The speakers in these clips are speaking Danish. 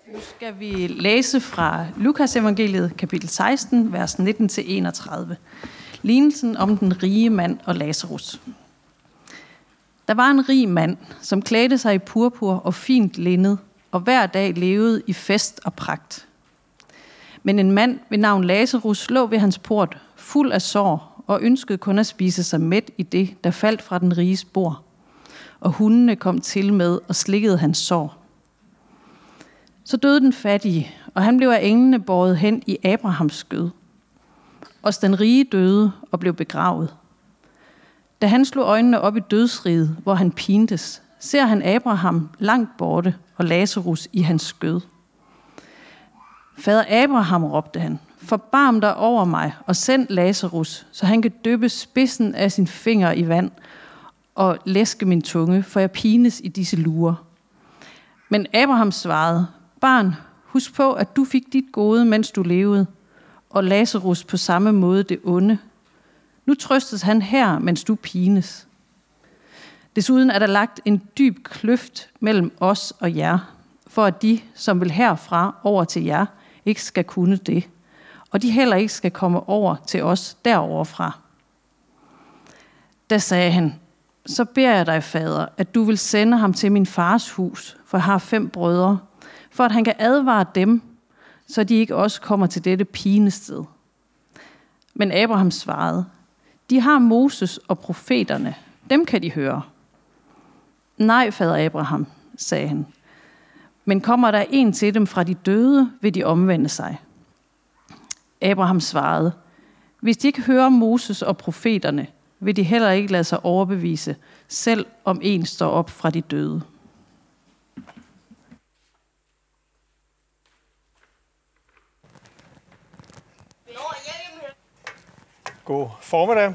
Nu skal vi læse fra Lukas evangeliet, kapitel 16, vers 19-31. Lignelsen om den rige mand og Lazarus. Der var en rig mand, som klædte sig i purpur og fint linned, og hver dag levede i fest og pragt. Men en mand ved navn Lazarus lå ved hans port, fuld af sår, og ønskede kun at spise sig mæt i det, der faldt fra den riges bord. Og hundene kom til med og slikkede hans sår. Så døde den fattige, og han blev af englene båret hen i Abrahams skød. Også den rige døde og blev begravet. Da han slog øjnene op i dødsriget, hvor han pintes, ser han Abraham langt borte og Lazarus i hans skød. Fader Abraham, råbte han, forbarm dig over mig og send Lazarus, så han kan dyppe spidsen af sin finger i vand og læske min tunge, for jeg pines i disse lurer. Men Abraham svarede, barn, husk på, at du fik dit gode, mens du levede, og Lazarus på samme måde det onde. Nu trøstes han her, mens du pines. Desuden er der lagt en dyb kløft mellem os og jer, for at de, som vil herfra over til jer, ikke skal kunne det, og de heller ikke skal komme over til os deroverfra. Da sagde han, så beder jeg dig, fader, at du vil sende ham til min fars hus, for jeg har 5 brødre, for at han kan advare dem, så de ikke også kommer til dette pinested. Men Abraham svarede, de har Moses og profeterne, dem kan de høre. Nej, fader Abraham, sagde han, men kommer der en til dem fra de døde, vil de omvende sig. Abraham svarede, hvis de ikke hører Moses og profeterne, vil de heller ikke lade sig overbevise, selv om en står op fra de døde. God formiddag.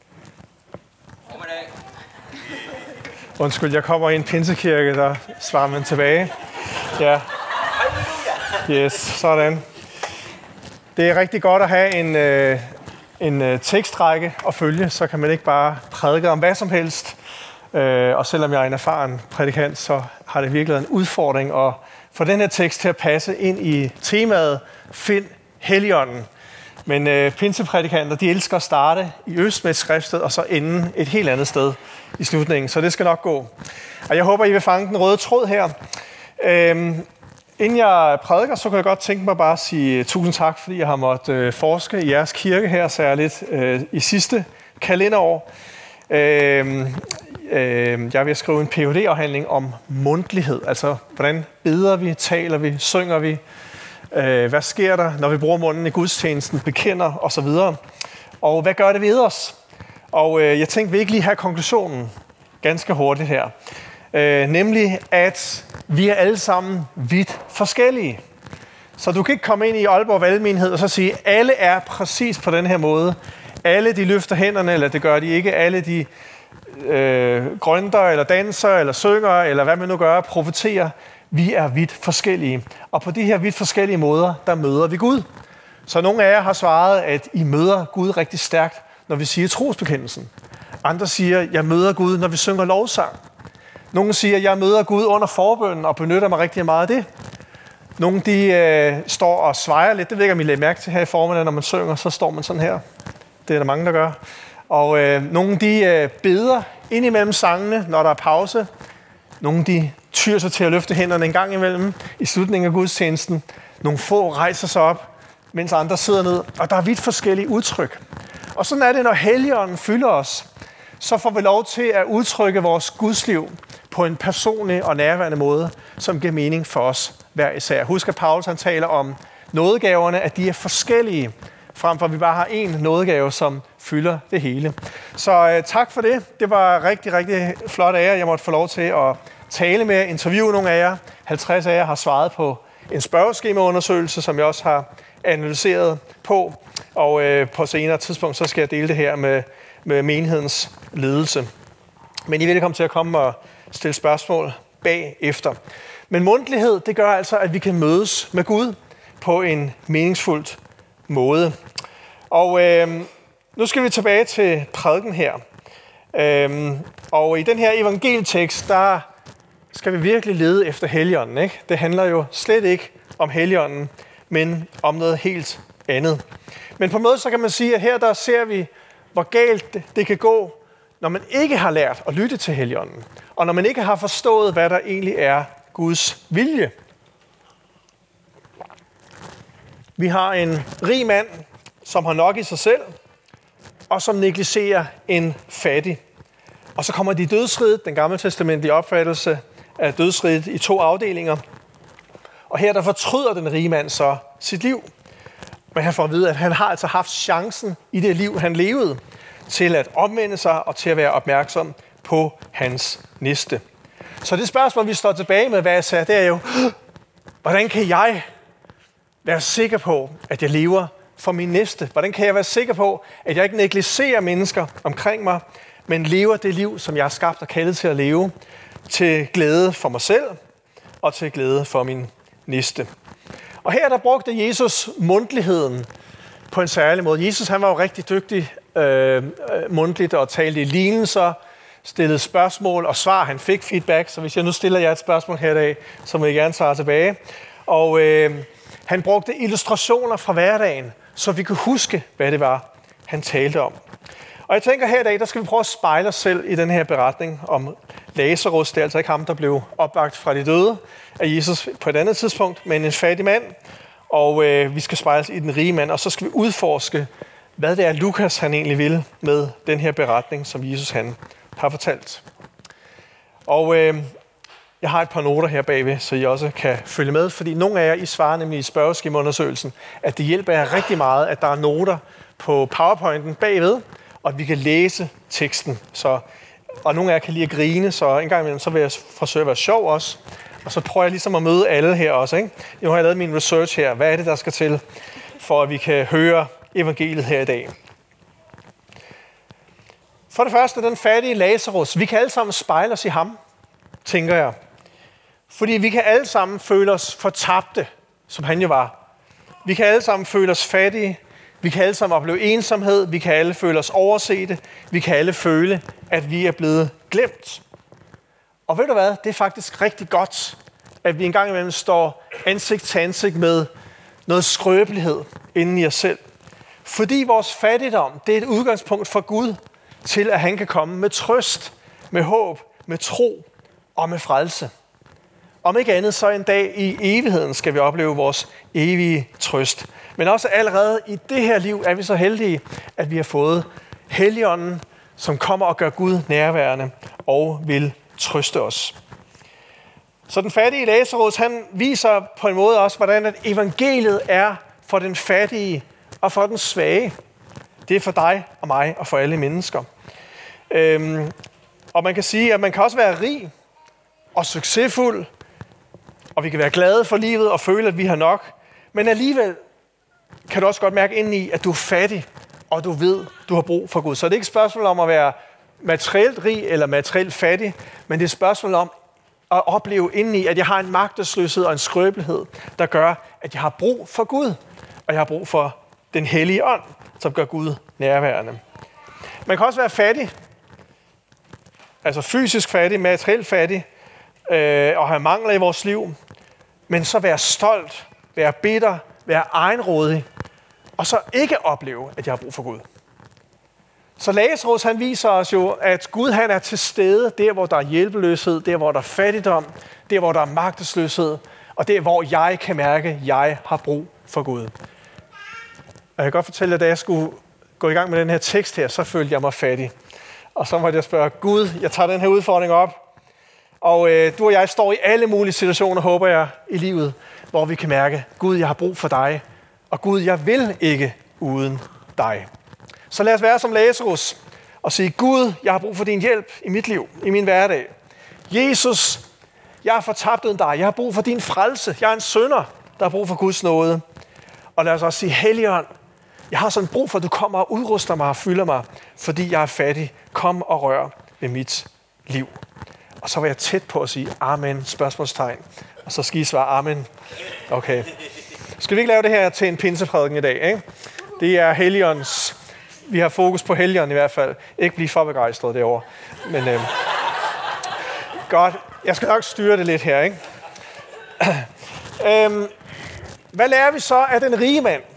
Undskyld, jeg kommer i en pinsekirke, der svarer man tilbage. Ja. Yes, sådan. Det er rigtig godt at have en tekstrække at følge, så kan man ikke bare prædike om hvad som helst. Og selvom jeg er en erfaren prædikant, så har det virkelig en udfordring at få den her tekst til at passe ind i temaet Find Helligånden. Men pinseprædikanter, de elsker at starte i øst med et skriftsted, og så ende et helt andet sted i slutningen. Så det skal nok gå. Og jeg håber, I vil fange den røde tråd her. Inden jeg prædiker, så kan jeg godt tænke mig bare at sige tusind tak, fordi jeg har måttet forske i jeres kirke her, særligt i sidste kalenderår. Jeg vil skrive en Ph.D.-afhandling om mundtlighed. Altså, hvordan beder vi, taler vi, synger vi? Hvad sker der, når vi bruger munden i gudstjenesten, bekender osv.? Og hvad gør det ved os? Og jeg tænkte, vi ikke lige have konklusionen ganske hurtigt her. Nemlig, at vi er alle sammen vidt forskellige. Så du kan ikke komme ind i Aalborg Valgmenighed og så sige, at alle er præcis på den her måde. Alle de løfter hænderne, eller det gør de ikke. Alle de grønter, eller danser, eller synger, eller hvad man nu gør, profeterer. Vi er vidt forskellige. Og på de her vidt forskellige måder, der møder vi Gud. Så nogle af jer har svaret, at I møder Gud rigtig stærkt, når vi siger trosbekendelsen. Andre siger, jeg møder Gud, når vi synger lovsang. Nogle siger, jeg møder Gud under forbønnen og benytter mig rigtig meget af det. Nogle de står og svejer lidt. Det ved jeg ikke, om I lægger mærke til her i formiddag, når man synger, så står man sådan her. Det er der mange, der gør. Og nogle de beder ind imellem sangene, når der er pause. Nogle de tyr sig til at løfte hænderne en gang imellem i slutningen af gudstjenesten. Nogle få rejser sig op, mens andre sidder ned. Og der er vidt forskellige udtryk. Og sådan er det, når Helligånden fylder os, så får vi lov til at udtrykke vores gudsliv på en personlig og nærværende måde, som giver mening for os hver især. Husk, at Paulus han taler om nådegaverne, at de er forskellige, frem for at vi bare har én nådegave, som fylder det hele. Så tak for det. Det var rigtig, rigtig flot af jer. Jeg måtte få lov til at tale med jer, interviewe nogle af jer. 50 af jer har svaret på en spørgeskemaundersøgelse, som jeg også har analyseret på. Og på senere tidspunkt, så skal jeg dele det her med menighedens ledelse. Men I er velkommen til at komme og stille spørgsmål bagefter. Men mundtlighed, det gør altså, at vi kan mødes med Gud på en meningsfuld måde. Og nu skal vi tilbage til prædiken her. Og i den her evangelietekst, der skal vi virkelig lede efter Helligånden, ikke? Det handler jo slet ikke om Helligånden, men om noget helt andet. Men på en måde så kan man sige, at her der ser vi, hvor galt det kan gå, når man ikke har lært at lytte til Helligånden, og når man ikke har forstået, hvad der egentlig er Guds vilje. Vi har en rig mand, som har nok i sig selv, og som negligerer en fattig. Og så kommer de dødsriget, den gamle testamentlige opfattelse af dødsriget, i 2 afdelinger. Og her der fortryder den rige mand så sit liv. Men han får at vide, at han har altså haft chancen i det liv, han levede, til at omvende sig og til at være opmærksom på hans næste. Så det spørgsmål, vi står tilbage med, hvad jeg sagde, det er jo, hvordan kan jeg være sikker på, at jeg lever for min næste? Hvordan kan jeg være sikker på, at jeg ikke negligerer mennesker omkring mig, men lever det liv, som jeg er skabt og kaldet til at leve, til glæde for mig selv og til glæde for min næste? Og her der brugte Jesus mundtligheden på en særlig måde. Jesus han var jo rigtig dygtig mundtligt og talte i lignelser, stillede spørgsmål og svar. Han fik feedback, så hvis jeg nu stiller jer et spørgsmål her i dag, så må I gerne svare tilbage. Og han brugte illustrationer fra hverdagen, så vi kunne huske, hvad det var, han talte om. Og jeg tænker her i dag, der skal vi prøve at spejle os selv i den her beretning om Lazarus. Det er altså ikke ham, der blev opvakt fra de døde af Jesus på et andet tidspunkt, men en fattig mand. Og vi skal spejle os i den rige mand, og så skal vi udforske, hvad det er, Lukas han egentlig vil med den her beretning, som Jesus han har fortalt. Og jeg har et par noter her bagved, så I også kan følge med, fordi nogle af jer, I svarer nemlig i spørgeskemaundersøgelsen, at det hjælper jer rigtig meget, at der er noter på PowerPointen bagved, og at vi kan læse teksten. Og nogle af jer kan lide at grine, så en gang imellem så vil jeg forsøge at være sjov også. Og så prøver jeg ligesom at møde alle her også. Ikke? Nu har jeg lavet min research her. Hvad er det, der skal til, for at vi kan høre evangeliet her i dag? For det første, den fattige Lazarus. Vi kan alle sammen spejle os i ham, tænker jeg. Fordi vi kan alle sammen føle os fortabte, som han jo var. Vi kan alle sammen føle os fattige. Vi kan alle sammen opleve ensomhed. Vi kan alle føle os oversete. Vi kan alle føle, at vi er blevet glemt. Og ved du hvad? Det er faktisk rigtig godt, at vi en gang imellem står ansigt til ansigt med noget skrøbelighed inden i os selv. Fordi vores fattigdom, det er et udgangspunkt for Gud til, at han kan komme med trøst, med håb, med tro og med frelse. Om ikke andet, så en dag i evigheden skal vi opleve vores evige trøst. Men også allerede i det her liv er vi så heldige, at vi har fået Helligånden, som kommer og gør Gud nærværende og vil trøste os. Så den fattige Lazarus, han viser på en måde også, hvordan at evangeliet er for den fattige og for den svage. Det er for dig og mig og for alle mennesker. Og man kan sige, at man kan også være rig og succesfuld, og vi kan være glade for livet og føle, at vi har nok. Men alligevel kan du også godt mærke indeni, at du er fattig, og du ved, du har brug for Gud. Så det er ikke et spørgsmål om at være materielt rig eller materielt fattig, men det er et spørgsmål om at opleve indeni, at jeg har en magtesløshed og en skrøbelighed, der gør, at jeg har brug for Gud, og jeg har brug for den hellige ånd, som gør Gud nærværende. Man kan også være fattig, altså fysisk fattig, materielt fattig, og have mangler i vores liv, men så være stolt, være bitter, være egenrådig, og så ikke opleve, at jeg har brug for Gud. Så Lazarus, han viser os jo, at Gud han er til stede der, hvor der er hjælpeløshed, der, hvor der er fattigdom, der, hvor der er magtesløshed, og der, hvor jeg kan mærke, at jeg har brug for Gud. Og jeg kan godt fortælle jer, da jeg skulle gå i gang med den her tekst her, så følte jeg mig fattig. Og så måtte jeg spørge, Gud, jeg tager den her udfordring op, og du og jeg står i alle mulige situationer, håber jeg, i livet, hvor vi kan mærke, Gud, jeg har brug for dig, og Gud, jeg vil ikke uden dig. Så lad os være som Lazarus og sige, Gud, jeg har brug for din hjælp i mit liv, i min hverdag. Jesus, jeg er fortabt uden dig. Jeg har brug for din frelse. Jeg er en synder, der har brug for Guds nåde. Og lad os også sige, Helligånd, jeg har sådan brug for, at du kommer og udruster mig og fylder mig, fordi jeg er fattig. Kom og rør ved mit liv. Og så var jeg tæt på at sige, amen, spørgsmålstegn. Og så skal I svare, amen. Okay. Skal vi ikke lave det her til en pinseprædiken i dag, ikke? Det er Helligåndens. Vi har fokus på Helligånden i hvert fald. Ikke blive for begejstret derovre. Men Godt. Jeg skal nok styre det lidt her, ikke? Hvad lærer vi så af den rige mand?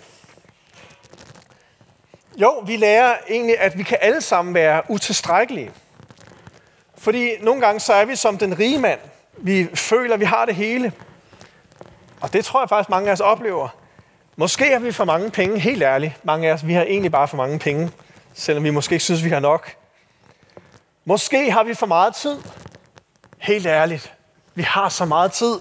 Jo, vi lærer egentlig, at vi kan alle sammen være utilstrækkelige. Fordi nogle gange så er vi som den rige mand. Vi føler, at vi har det hele. Og det tror jeg faktisk, mange af os oplever. Måske har vi for mange penge, helt ærligt. Mange af os, vi har egentlig bare for mange penge, selvom vi måske ikke synes, vi har nok. Måske har vi for meget tid. Helt ærligt. Vi har så meget tid.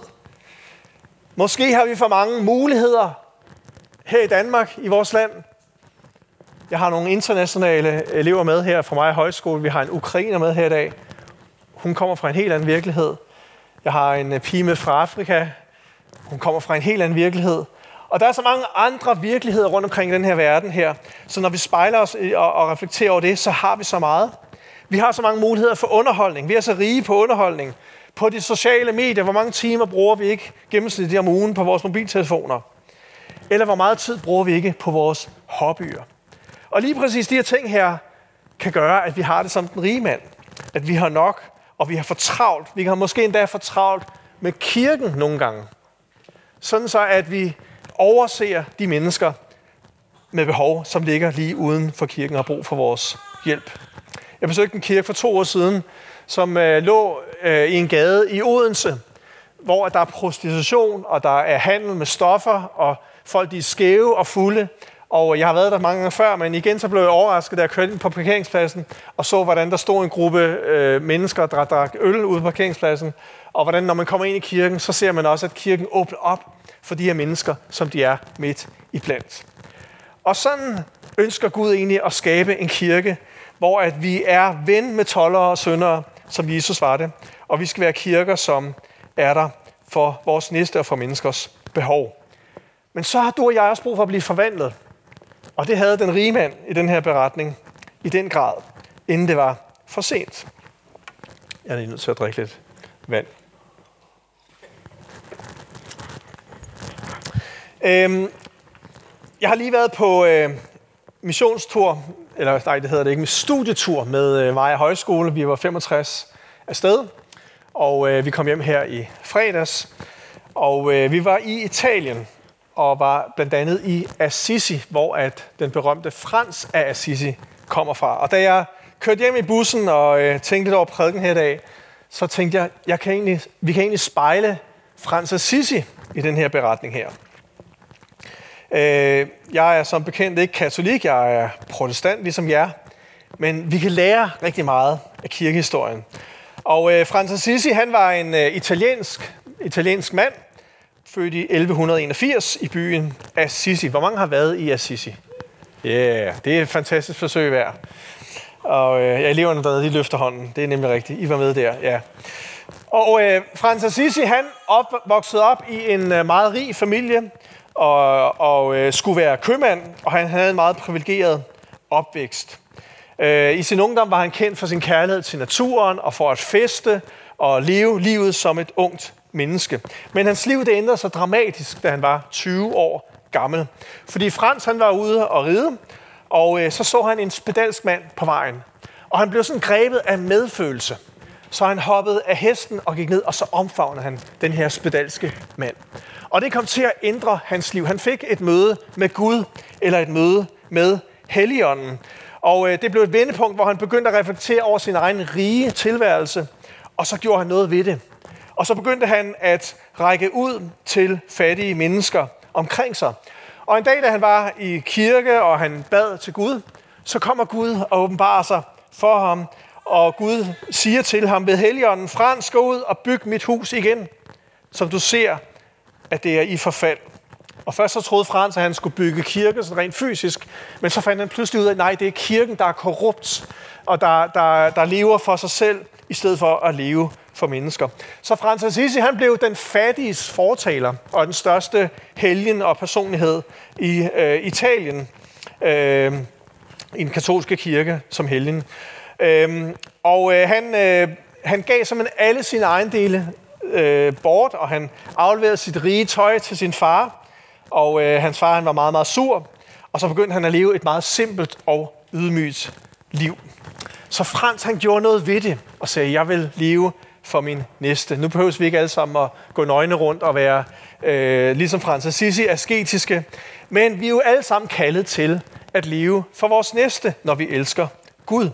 Måske har vi for mange muligheder her i Danmark, i vores land. Jeg har nogle internationale elever med her fra mig i højskole. Vi har en ukrainer med her i dag. Hun kommer fra en helt anden virkelighed. Jeg har en pige med fra Afrika. Hun kommer fra en helt anden virkelighed. Og der er så mange andre virkeligheder rundt omkring den her verden her. Så når vi spejler os og reflekterer over det, så har vi så meget. Vi har så mange muligheder for underholdning. Vi er så rige på underholdning. På de sociale medier, hvor mange timer bruger vi ikke gennemsnitligt om ugen på vores mobiltelefoner? Eller hvor meget tid bruger vi ikke på vores hobbyer? Og lige præcis de her ting her kan gøre, at vi har det som den rige mand. At vi har nok, og vi har for travlt. Vi har måske endda for travlt med kirken nogle gange. Sådan så, at vi overser de mennesker med behov, som ligger lige uden for kirken og har brug for vores hjælp. Jeg besøgte en kirke for 2 år siden, som lå i en gade i Odense, hvor der er prostitution, og der er handel med stoffer, og folk de er skæve og fulde. Og jeg har været der mange gange før, men igen så blev jeg overrasket, da jeg kørte ind på parkeringspladsen, og så, hvordan der stod en gruppe mennesker, der drak øl ude på parkeringspladsen. Og hvordan, når man kommer ind i kirken, så ser man også, at kirken åbner op for de her mennesker, som de er midt i blandt. Og sådan ønsker Gud egentlig at skabe en kirke, hvor at vi er ven med toldere og syndere, som Jesus var det. Og vi skal være kirker, som er der for vores næste og for menneskers behov. Men så har du og jeg også brug for at blive forvandlet. Og det havde den rige mand i den her beretning i den grad, inden det var for sent. Jeg er lige nødt til at drikke lidt vand. Jeg har lige været på missionstur, eller nej, det hedder det ikke, studietur med Maja Højskole. Vi var 65 afsted, og vi kom hjem her i fredags. Og vi var i Italien, og var blandt andet i Assisi, hvor at den berømte Frans af Assisi kommer fra. Og da jeg kørte hjem i bussen og tænkte lidt over prædiken her i dag, så tænkte jeg, vi kan egentlig spejle Frans af Assisi i den her beretning her. Jeg er som bekendt ikke katolik, jeg er protestant ligesom jer, men vi kan lære rigtig meget af kirkehistorien. Og Frans af Assisi, han var en italiensk mand, født i 1181 i byen Assisi. Hvor mange har været i Assisi? Ja, det er et fantastisk forsøg værd. Og eleverne dernede, de løfter hånden. Det er nemlig rigtigt. I var med der, ja. Og Frans af Assisi, han voksede op i en meget rig familie, og skulle være købmand, og han havde en meget privilegeret opvækst. I sin ungdom var han kendt for sin kærlighed til naturen, og for at feste og leve livet som et ungt menneske. Men hans liv det ændrede sig dramatisk, da han var 20 år gammel. Fordi Frans han var ude og ride, og så han en spedalsk mand på vejen. Og han blev sådan grebet af medfølelse. Så han hoppede af hesten og gik ned, og så omfavnede han den her spedalske mand. Og det kom til at ændre hans liv. Han fik et møde med Gud, eller et møde med Helligånden. Og det blev et vendepunkt, hvor han begyndte at reflektere over sin egen rige tilværelse, og så gjorde han noget ved det. Og så begyndte han at række ud til fattige mennesker omkring sig. Og en dag, da han var i kirke, og han bad til Gud, så kommer Gud og åbenbarer sig for ham. Og Gud siger til ham ved Helligånden, Frans, gå ud og byg mit hus igen, som du ser, at det er i forfald. Og først så troede Frans, at han skulle bygge kirke sådan rent fysisk, men så fandt han pludselig ud af, at nej, det er kirken, der er korrupt, og der lever for sig selv, i stedet for at leve for mennesker. Så Frans af Assisi, han blev den fattiges fortaler, og den største helgen og personlighed i Italien, i den katolske kirke som helgen. Han gav simpelthen alle sine ejendele bort, og han afleverede sit rige tøj til sin far, og hans far han var meget, meget sur, og så begyndte han at leve et meget simpelt og ydmygt liv. Så Frans han gjorde noget ved det, og sagde, jeg vil leve for min næste. Nu behøver vi ikke alle sammen at gå nøgne rundt og være, ligesom Frans Assisi, asketiske. Men vi er jo alle sammen kaldet til at leve for vores næste, når vi elsker Gud.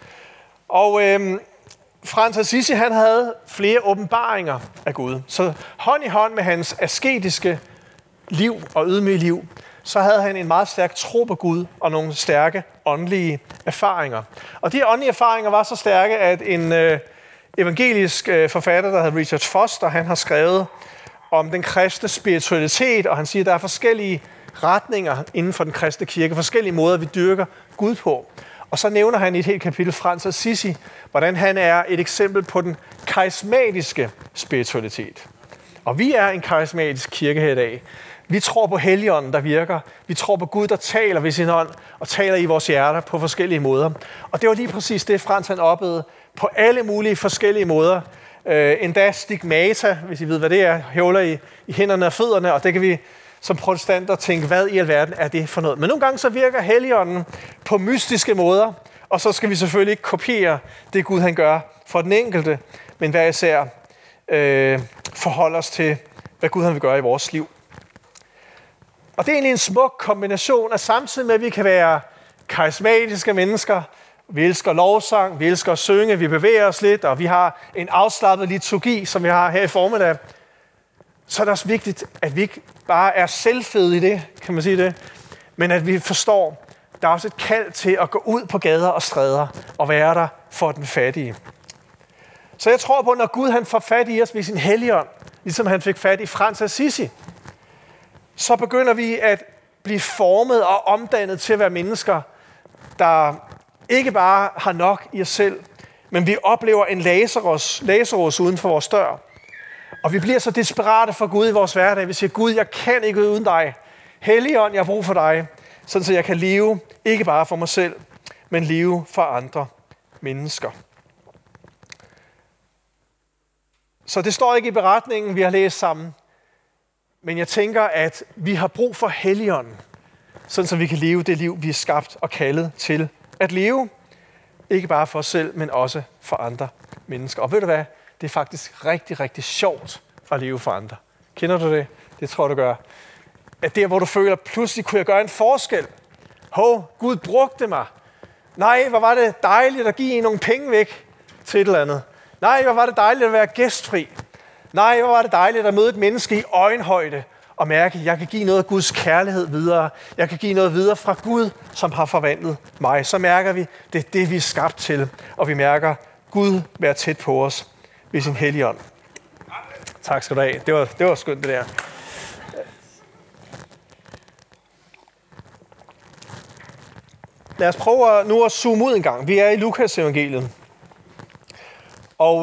Og Frans Assisi, han havde flere åbenbaringer af Gud. Så hånd i hånd med hans asketiske liv og ydmyge liv, så havde han en meget stærk tro på Gud og nogle stærke åndelige erfaringer. Og de åndelige erfaringer var så stærke, at en evangelisk forfatter, der hedder Richard Foster, han har skrevet om den kristne spiritualitet, og han siger, at der er forskellige retninger inden for den kristne kirke, forskellige måder, vi dyrker Gud på. Og så nævner han i et helt kapitel Frans Assisi, hvordan han er et eksempel på den karismatiske spiritualitet. Og vi er en karismatisk kirke her i dag. Vi tror på Helligånden, der virker. Vi tror på Gud, der taler ved sin ånd og taler i vores hjerter på forskellige måder. Og det var lige præcis det, Frans han oplevede på alle mulige forskellige måder. Endda stigmata, hvis I ved, hvad det er, høvler i hænderne og fødderne, og det kan vi som protestanter tænke, hvad i alverden er det for noget? Men nogle gange så virker Helligånden på mystiske måder, og så skal vi selvfølgelig ikke kopiere det Gud han gør for den enkelte, men hver især forholde os til, hvad Gud han vil gøre i vores liv. Og det er egentlig en smuk kombination, at samtidig med, at vi kan være karismatiske mennesker, vi elsker lovsang, vi elsker at synge, vi bevæger os lidt, og vi har en afslappet liturgi, som vi har her i formiddag, så er det også vigtigt, at vi ikke bare er selvfede i det, kan man sige det, men at vi forstår, der er også et kald til at gå ud på gader og stræder og være der for den fattige. Så jeg tror på, når Gud han får fat i os ved sin Helligånd, ligesom han fik fat i Frans Assisi, så begynder vi at blive formet og omdannet til at være mennesker, der ikke bare har nok i os selv, men vi oplever en Lazarus uden for vores dør. Og vi bliver så desperate for Gud i vores hverdag. Vi siger, Gud, jeg kan ikke uden dig. Helligånd, jeg har brug for dig, sådan så jeg kan leve, ikke bare for mig selv, men leve for andre mennesker. Så det står ikke i beretningen, vi har læst sammen. Men jeg tænker, at vi har brug for Helligånden, sådan så vi kan leve det liv, vi er skabt og kaldet til at leve. Ikke bare for os selv, men også for andre mennesker. Og ved du hvad? Det er faktisk rigtig, rigtig sjovt at leve for andre. Kender du det? Det tror du gør. At der, hvor du føler, pludselig kunne jeg gøre en forskel. Gud brugte mig. Nej, hvor var det dejligt at give nogle penge væk til et eller andet. Nej, hvor var det dejligt at være gæstfri. Nej, hvor var det dejligt at møde et menneske i øjenhøjde og mærke, at jeg kan give noget af Guds kærlighed videre. Jeg kan give noget videre fra Gud, som har forvandlet mig. Så mærker vi, det er det, vi er skabt til. Og vi mærker Gud være tæt på os ved sin Helligånd. Tak skal du have. Det var skønt det der. Lad os prøve nu at zoome ud en gang. Vi er i Lukas evangeliet. Og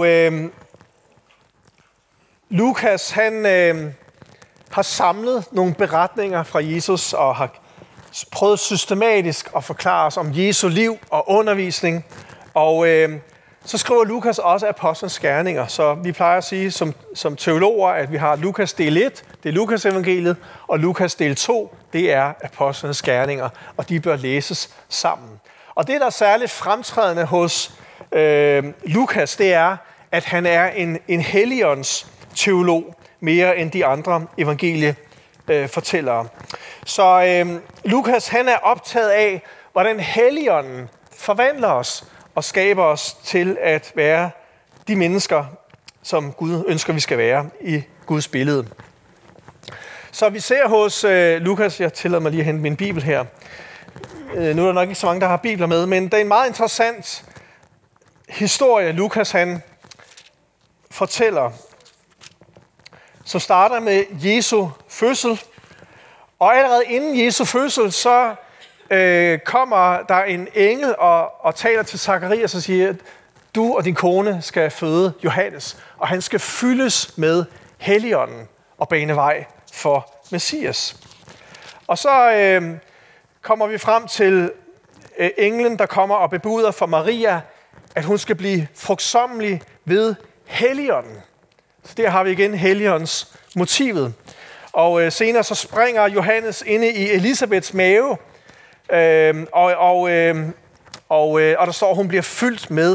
Lukas, han har samlet nogle beretninger fra Jesus og har prøvet systematisk at forklare os om Jesu liv og undervisning. Og så skriver Lukas også apostlenes gerninger. Så vi plejer at sige som teologer, at vi har Lukas del 1, det er Lukas evangeliet, og Lukas del 2, det er apostlenes gerninger, og de bør læses sammen. Og det, der er særligt fremtrædende hos Lukas, det er, at han er en Helligånds teolog, mere end de andre evangeliefortællere. Så Lukas, han er optaget af, hvordan Helligånden forvandler os og skaber os til at være de mennesker, som Gud ønsker, vi skal være i Guds billede. Så vi ser hos Lukas, jeg tillader mig lige at hente min bibel her. Nu er der nok ikke så mange, der har bibler med, men det er en meget interessant historie, Lukas han fortæller, som starter med Jesu fødsel. Og allerede inden Jesu fødsel, så kommer der en engel og taler til Zakarias og siger, du og din kone skal føde Johannes, og han skal fyldes med Helligånden og bane vej for Messias. Og så kommer vi frem til englen, der kommer og bebuder for Maria, at hun skal blive frugtsommelig ved Helligånden. Så der har vi igen Helligåndens motivet. Og senere så springer Johannes inde i Elisabeths mave, og der står, at hun bliver fyldt med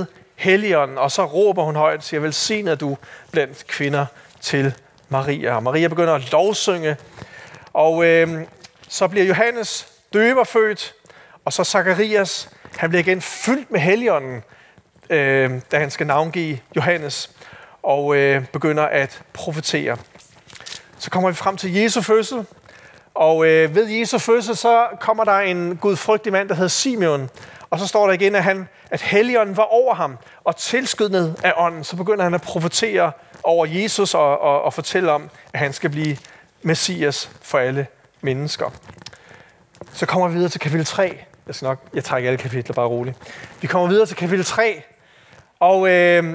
Helligånden, og så råber hun højt og siger, velsignet du blandt kvinder til Maria. Og Maria begynder at lovsynge, og så bliver Johannes døber født, og så Zakarias, han bliver igen fyldt med Helligånden, da han skal navngive Johannes, og begynder at profetere. Så kommer vi frem til Jesu fødsel, og ved Jesu fødsel, så kommer der en gudfrygtig mand, der hedder Simeon, og så står der igen, at Helligånden var over ham, og tilskydnet af ånden, så begynder han at profetere over Jesus og fortælle om, at han skal blive Messias for alle mennesker. Så kommer vi videre til kapitel 3. Jeg tager ikke alle kapitler, bare roligt. Vi kommer videre til kapitel 3, og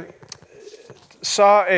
så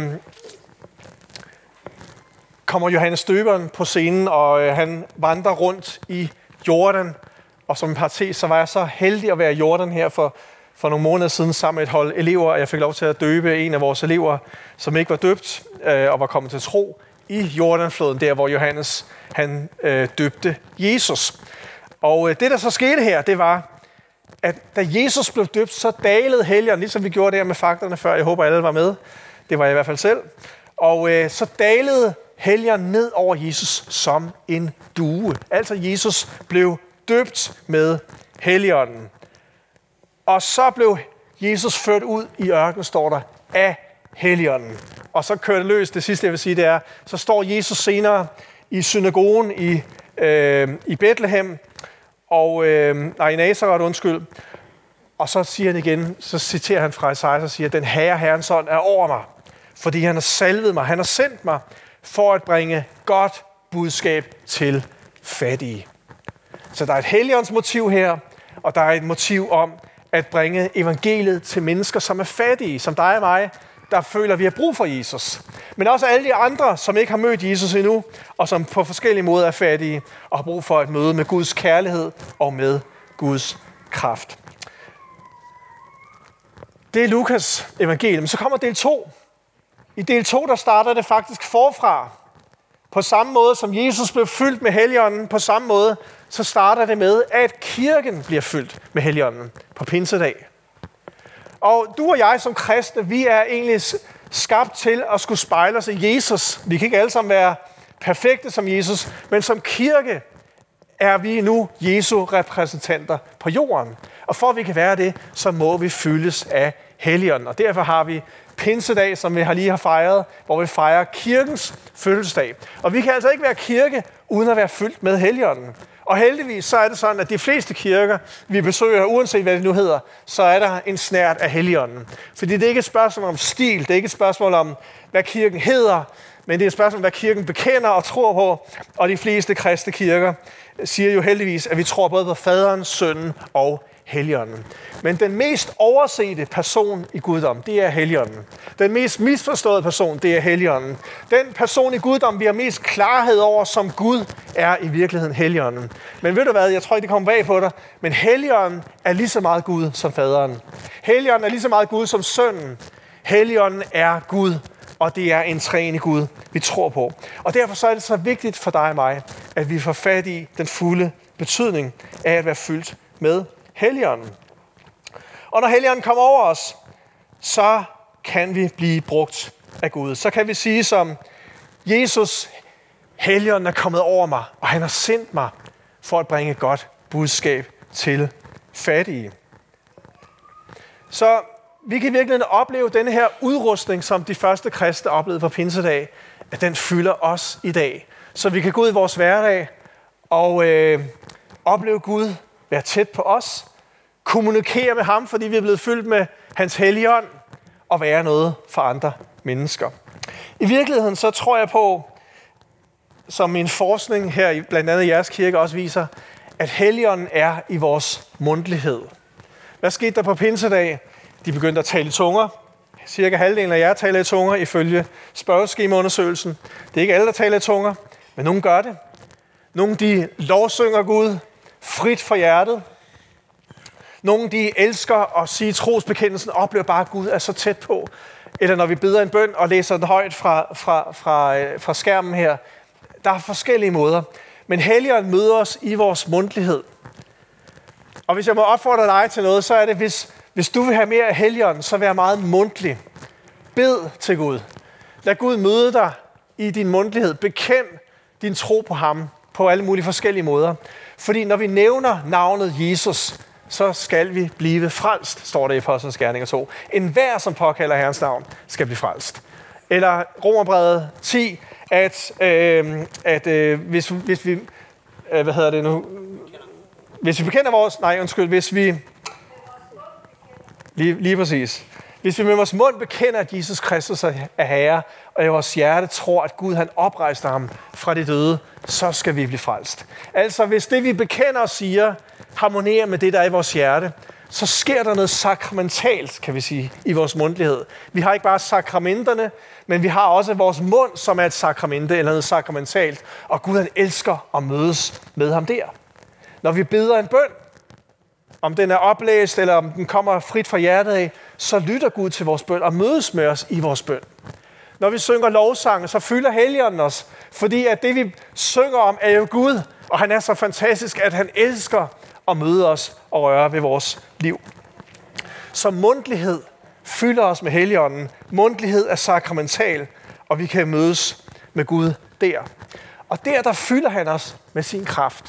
kommer Johannes Døberen på scenen, og han vandrer rundt i Jordan. Og som en parentes, så var jeg så heldig at være i Jordan her for nogle måneder siden sammen med et hold elever, og jeg fik lov til at døbe en af vores elever, som ikke var døbt og var kommet til tro i Jordanfloden, der hvor Johannes han døbte Jesus. Og det, der så skete her, det var, at da Jesus blev døbt, så dalede Helligånden, ligesom vi gjorde der med fakterne før. Jeg håber, alle var med. Det var jeg i hvert fald selv. Og så dalede Helligånden ned over Jesus som en due. Altså Jesus blev døbt med Helligånden. Og så blev Jesus ført ud i ørkenen, står der, af Helligånden. Og så kører det løs. Det sidste, jeg vil sige, det er, så står Jesus senere i synagogen i Bethlehem, og i Nazareth, undskyld. Og så siger han igen, så citerer han fra Esajas og siger, den Herrens ånd er over mig, fordi han har salvet mig, han har sendt mig for at bringe godt budskab til fattige. Så der er et Helligåndsmotiv her, og der er et motiv om at bringe evangeliet til mennesker, som er fattige, som dig og mig, der føler, at vi har brug for Jesus. Men også alle de andre, som ikke har mødt Jesus endnu, og som på forskellige måder er fattige, og har brug for et møde med Guds kærlighed og med Guds kraft. Det er Lukas evangelium. Så kommer del 2. I del 2, der starter det faktisk forfra. På samme måde, som Jesus blev fyldt med Helligånden, på samme måde, så starter det med, at kirken bliver fyldt med Helligånden på pinsedag. Og du og jeg som kristne, vi er egentlig skabt til at skulle spejle os i Jesus. Vi kan ikke alle sammen være perfekte som Jesus, men som kirke er vi nu Jesu repræsentanter på jorden. Og for at vi kan være det, så må vi fyldes af Helligånden. Og derfor har vi pinsedag, som vi lige har fejret, hvor vi fejrer kirkens fødselsdag. Og vi kan altså ikke være kirke, uden at være fyldt med Helligånden. Og heldigvis så er det sådan, at de fleste kirker, vi besøger, uanset hvad det nu hedder, så er der en snert af Helligånden. Fordi det er ikke et spørgsmål om stil, det er ikke et spørgsmål om, hvad kirken hedder, men det er et spørgsmål om, hvad kirken bekender og tror på. Og de fleste kristne kirker siger jo heldigvis, at vi tror både på Faderen, Sønnen og Helligånden. Men den mest oversete person i guddom, det er Helligånden. Den mest misforståede person, det er Helligånden. Den person i guddom, vi har mest klarhed over som Gud, er i virkeligheden Helligånden. Men ved du hvad, jeg tror ikke, det kommer bag på dig, men Helligånden er lige så meget Gud som Faderen. Helligånden er lige så meget Gud som Sønnen. Helligånden er Gud, og det er en treenig Gud, vi tror på. Og derfor så er det så vigtigt for dig og mig, at vi får fat i den fulde betydning af at være fyldt med Helligånden. Og når Helligånden kommer over os, så kan vi blive brugt af Gud. Så kan vi sige som Jesus, Helligånden er kommet over mig, og han har sendt mig for at bringe godt budskab til fattige. Så vi kan virkelig opleve denne her udrustning, som de første kristne oplevede på pinsedag, at den fylder os i dag. Så vi kan gå ud i vores hverdag og opleve Gud være tæt på os, kommunikere med ham, fordi vi er blevet fyldt med hans hellige ånd, og være noget for andre mennesker. I virkeligheden så tror jeg på, som min forskning her, blandt andet i jeres kirke også viser, at Helligånden er i vores mundtlighed. Hvad skete der på pinsedag? De begyndte at tale i tunger. Cirka halvdelen af jer taler i tunger ifølge spørgeskemaundersøgelsen. Det er ikke alle, der taler i tunger, men nogen gør det. Nogle de lovsynger Gud frit fra hjertet. Nogle de elsker at sige trosbekendelsen, oplever bare, at Gud er så tæt på. Eller når vi beder en bøn og læser den højt fra skærmen her. Der er forskellige måder. Men Helligånden møder os i vores mundtlighed. Og hvis jeg må opfordre dig til noget, så er det, hvis du vil have mere af Helligånden, så vær meget mundtlig. Bed til Gud. Lad Gud møde dig i din mundtlighed. Bekend din tro på ham på alle mulige forskellige måder. Fordi når vi nævner navnet Jesus, så skal vi blive frelst, står der i Apostlenes Gerninger 2. Enhver, som påkalder Herrens navn, skal blive frelst. Eller Romerbrevet 10, hvis vi hvis vi bekender vores... hvis vi... Lige præcis. Hvis vi med vores mund bekender, at Jesus Kristus er Herre, og i vores hjerte tror, at Gud han oprejste ham fra de døde, så skal vi blive frelst. Altså, hvis det vi bekender og siger, harmonerer med det, der er i vores hjerte, så sker der noget sakramentalt, kan vi sige, i vores mundtlighed. Vi har ikke bare sakramenterne, men vi har også vores mund, som er et sakramente eller noget sakramentalt, og Gud han elsker at mødes med ham der. Når vi beder en bøn, om den er oplæst, eller om den kommer frit fra hjertet af, så lytter Gud til vores bøn og mødes med os i vores bøn. Når vi synger lovsange, så fylder Helligånden os, fordi at det vi synger om er jo Gud, og han er så fantastisk, at han elsker at møde os og røre ved vores liv. Så mundtlighed fylder os med Helligånden. Mundtlighed er sakramental, og vi kan mødes med Gud der. Og der fylder han os med sin kraft.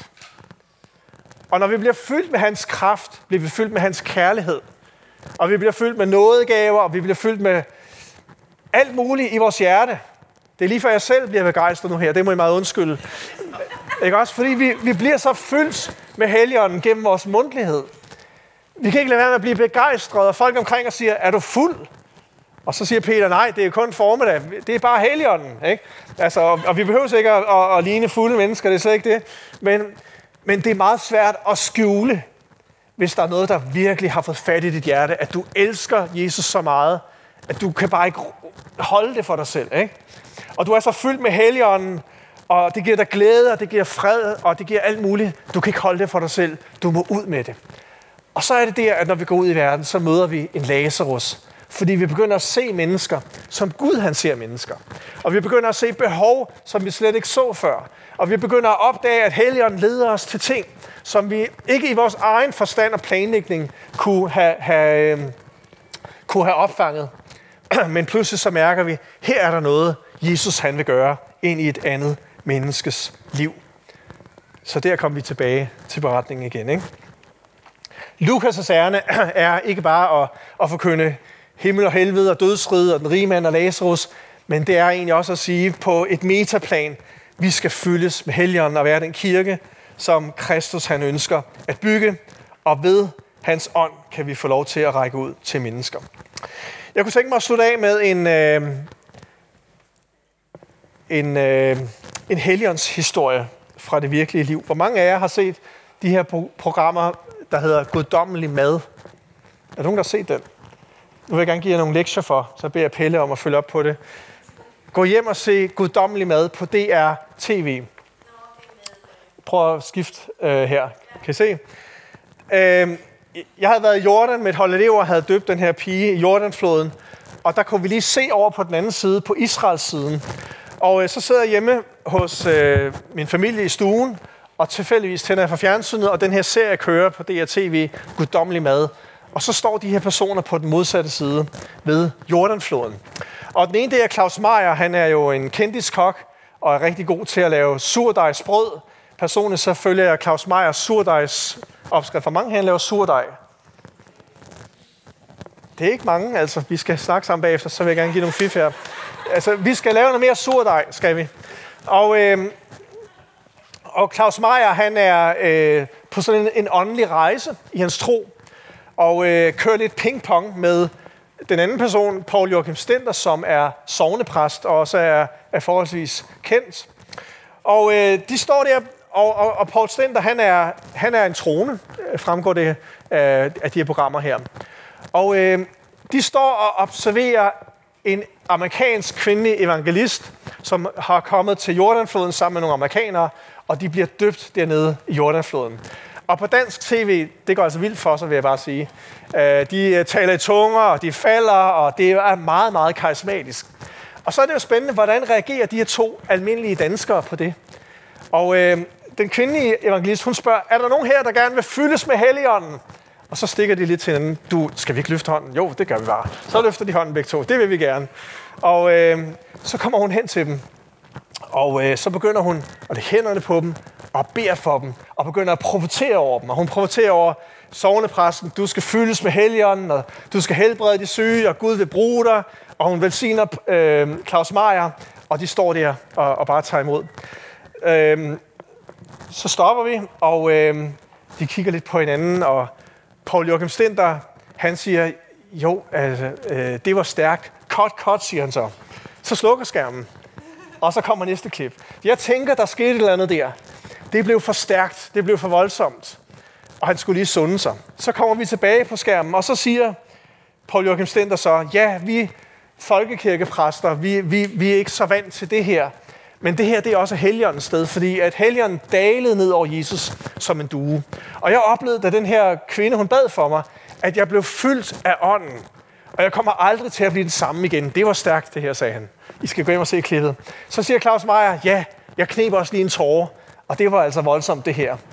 Og når vi bliver fyldt med hans kraft, bliver vi fyldt med hans kærlighed. Og vi bliver fyldt med nådegaver, og vi bliver fyldt med alt muligt i vores hjerte. Det er lige før jeg selv bliver begejstret nu her, det må I meget undskylde. Ikke også? Fordi vi bliver så fyldt med Helligånden gennem vores mundtlighed. Vi kan ikke lade være med at blive begejstret, og folk omkring os siger, er du fuld? Og så siger Peter, nej, det er kun formiddag. Det er bare Helligånden. Ikke? Altså, og vi behøver ikke at ligne fulde mennesker, det er slet ikke det. Men det er meget svært at skjule, hvis der er noget, der virkelig har fået fat i dit hjerte, at du elsker Jesus så meget, at du kan bare ikke holde det for dig selv. Ikke? Og du er så fyldt med Helligånden, og det giver dig glæde, og det giver fred, og det giver alt muligt. Du kan ikke holde det for dig selv. Du må ud med det. Og så er det der, at når vi går ud i verden, så møder vi en Lazarus. Fordi vi begynder at se mennesker, som Gud han ser mennesker. Og vi begynder at se behov, som vi slet ikke så før. Og vi begynder at opdage, at Helligånden leder os til ting, som vi ikke i vores egen forstand og planlægning kunne have opfanget. Men pludselig så mærker vi, her er der noget, Jesus han vil gøre ind i et andet menneskes liv. Så der kommer vi tilbage til beretningen igen. Ikke? Lukas' ærne er ikke bare at forkynde himmel og helvede og dødsriget og den rige mand og Lazarus, men det er egentlig også at sige på et metaplan, vi skal fyldes med Helligånden og være den kirke, som Kristus han ønsker at bygge, og ved hans ånd kan vi få lov til at række ud til mennesker. Jeg kunne tænke mig at slutte af med en Helligåndshistorie fra det virkelige liv. Hvor mange af jer har set de her programmer, der hedder Guddommelig Mad? Er der nogen, der har set den? Nu vil jeg gerne give jer nogle lektier for, så beder jeg Pelle om at følge op på det. Gå hjem og se Guddommelig Mad på DR TV. Prøv at skifte her. Kan I se? Jeg havde været i Jordan med et hold elever og havde døbt den her pige i Jordanfloden. Og der kunne vi lige se over på den anden side, på Israels siden. Og så sidder jeg hjemme hos min familie i stuen, og tilfældigvis tænder jeg for fjernsynet, og den her serie kører på DR TV, Guddommelig Mad. Og så står de her personer på den modsatte side ved Jordanfloden. Og den ene, det er Claus Meyer. Han er jo en kendiskok og er rigtig god til at lave surdejsbrød. Personligt så følger jeg Claus Meyers surdejsopskrift. For mange her laver surdej. Det er ikke mange, altså. Vi skal snakke sammen bagefter, så vil jeg gerne give nogle fif her. Altså, vi skal lave noget mere surdej, skal vi. Og Claus Meyer, han er på sådan en åndelig rejse i hans tro. Og kører lidt pingpong med den anden person, Poul Joachim Stender, som er sognepræst og også er forholdsvis kendt. Og de står der, og Poul Stender, han er en trone, fremgår det af de her programmer her. Og de står og observerer en amerikansk kvindelig evangelist, som har kommet til Jordanfloden sammen med nogle amerikanere, og de bliver døbt dernede i Jordanfloden. Og på dansk tv, det går altså vildt for sig, vil jeg bare sige. De taler i tunger, og de falder, og det er meget, meget karismatisk. Og så er det jo spændende, hvordan reagerer de her to almindelige danskere på det. Og den kvindelige evangelist, hun spørger, er der nogen her, der gerne vil fyldes med Helligånden? Og så stikker de lidt til hinanden. Skal vi ikke løfte hånden? Jo, det gør vi bare. Så løfter de hånden begge to. Det vil vi gerne. Og så kommer hun hen til dem. Og så begynder hun at lægge hænderne på dem og beder for dem. Og begynder at profetere over dem. Og hun profeterer over sognepræsten. Du skal fyldes med Helligånden, og du skal helbrede de syge, og Gud vil bruge dig. Og hun velsigner Claus Meyer, og de står der og bare tager imod. Så stopper vi, og de kigger lidt på hinanden, og Poul Joachim Stender, han siger, jo, altså, det var stærkt. Cut, siger han så. Så slukker skærmen, og så kommer næste klip. Jeg tænker, der skete et eller andet der. Det blev for stærkt, det blev for voldsomt, og han skulle lige sunde sig. Så kommer vi tilbage på skærmen, og så siger Poul Joachim Stender så, ja, vi folkekirkepræster, vi er ikke så vant til det her. Men det her, det er også Helligåndens sted, fordi at Helligånden dalede ned over Jesus som en due. Og jeg oplevede, da den her kvinde, hun bad for mig, at jeg blev fyldt af ånden. Og jeg kommer aldrig til at blive den samme igen. Det var stærkt, det her, sagde han. I skal gå hjem og se klippet. Så siger Claus Meyer, ja, jeg kneb også lige en tåre. Og det var altså voldsomt, det her.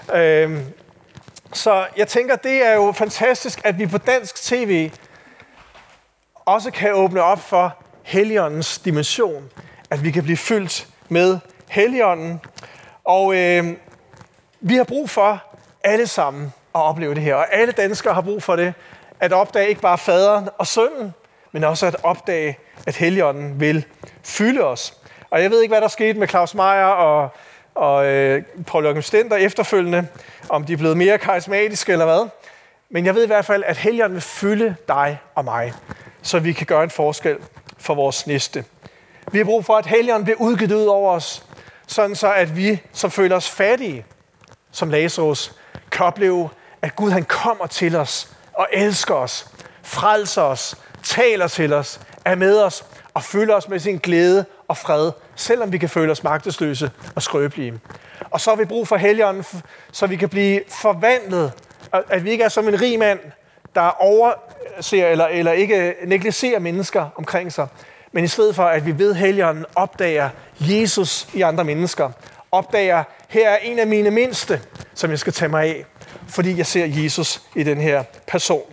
Så jeg tænker, det er jo fantastisk, at vi på dansk tv også kan åbne op for Helligåndens dimension. At vi kan blive fyldt med Helligånden. Og vi har brug for alle sammen at opleve det her. Og alle danskere har brug for det. At opdage ikke bare faderen og sønnen, men også at opdage, at Helligånden vil fylde os. Og jeg ved ikke, hvad der skete med Claus Meyer og Poul Joachim Stender efterfølgende, om de er blevet mere karismatiske eller hvad. Men jeg ved i hvert fald, at Helligånden vil fylde dig og mig, så vi kan gøre en forskel for vores næste. Vi har brug for, at Helligånden bliver udgivet ud over os, sådan så at vi, som føler os fattige, som Lazarus, kan opleve, at Gud han kommer til os og elsker os, frelser os, taler til os, er med os og fylder os med sin glæde og fred, selvom vi kan føle os magtesløse og skrøbelige. Og så har vi brug for Helligånden, så vi kan blive forvandlet, at vi ikke er som en rig mand, der overser eller ikke negligerer mennesker omkring sig, men i stedet for, at vi ved Helligånden opdager Jesus i andre mennesker, opdager, her er en af mine mindste, som jeg skal tage mig af, fordi jeg ser Jesus i den her person.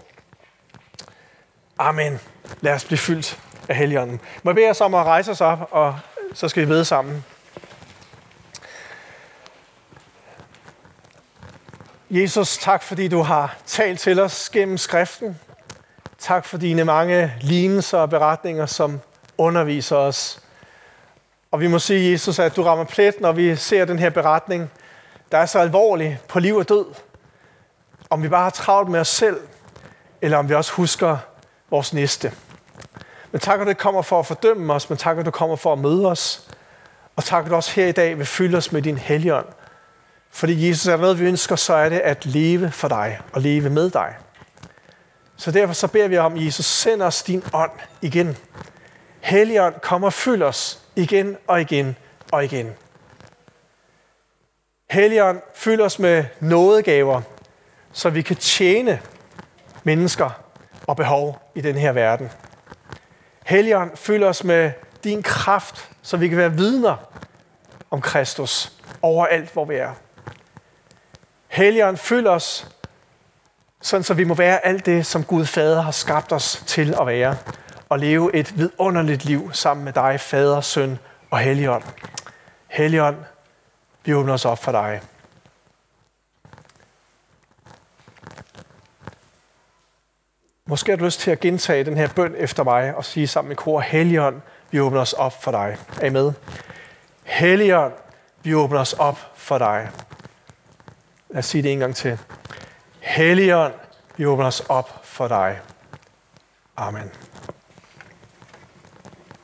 Amen. Lad os blive fyldt af Helligånden. Må jeg bede os om at rejse os op, og så skal vi bede sammen. Jesus, tak fordi du har talt til os gennem skriften. Tak for dine mange lignelser og beretninger, som underviser os. Og vi må sige, Jesus, at du rammer plet, når vi ser den her beretning, der er så alvorlig på liv og død. Om vi bare har travlt med os selv, eller om vi også husker vores næste. Men tak, at du ikke kommer for at fordømme os, men tak, at du kommer for at møde os. Og tak, at du også her i dag vil fylde os med din Helligånd. Fordi Jesus er noget, vi ønsker, så er det at leve for dig og leve med dig. Så derfor så beder vi om, Jesus, send os din ånd igen. Helligånd, kom og fyld os igen og igen og igen. Helligånd, fyld os med nådegaver, så vi kan tjene mennesker og behov i den her verden. Helligånd, fyld os med din kraft, så vi kan være vidner om Kristus overalt, hvor vi er. Helligånd, fyld os, sådan så vi må være alt det, som Gud Fader har skabt os til at være, og leve et vidunderligt liv sammen med dig, Fader, Søn og Helligånd. Helligånd, vi åbner os op for dig. Måske har du lyst til at gentage den her bøn efter mig og sige sammen med kor, Helligånd, vi åbner os op for dig. Er I med? Helligånd, vi åbner os op for dig. Lad os sige det en gang til. Helligånd, vi åbner os op for dig. Amen.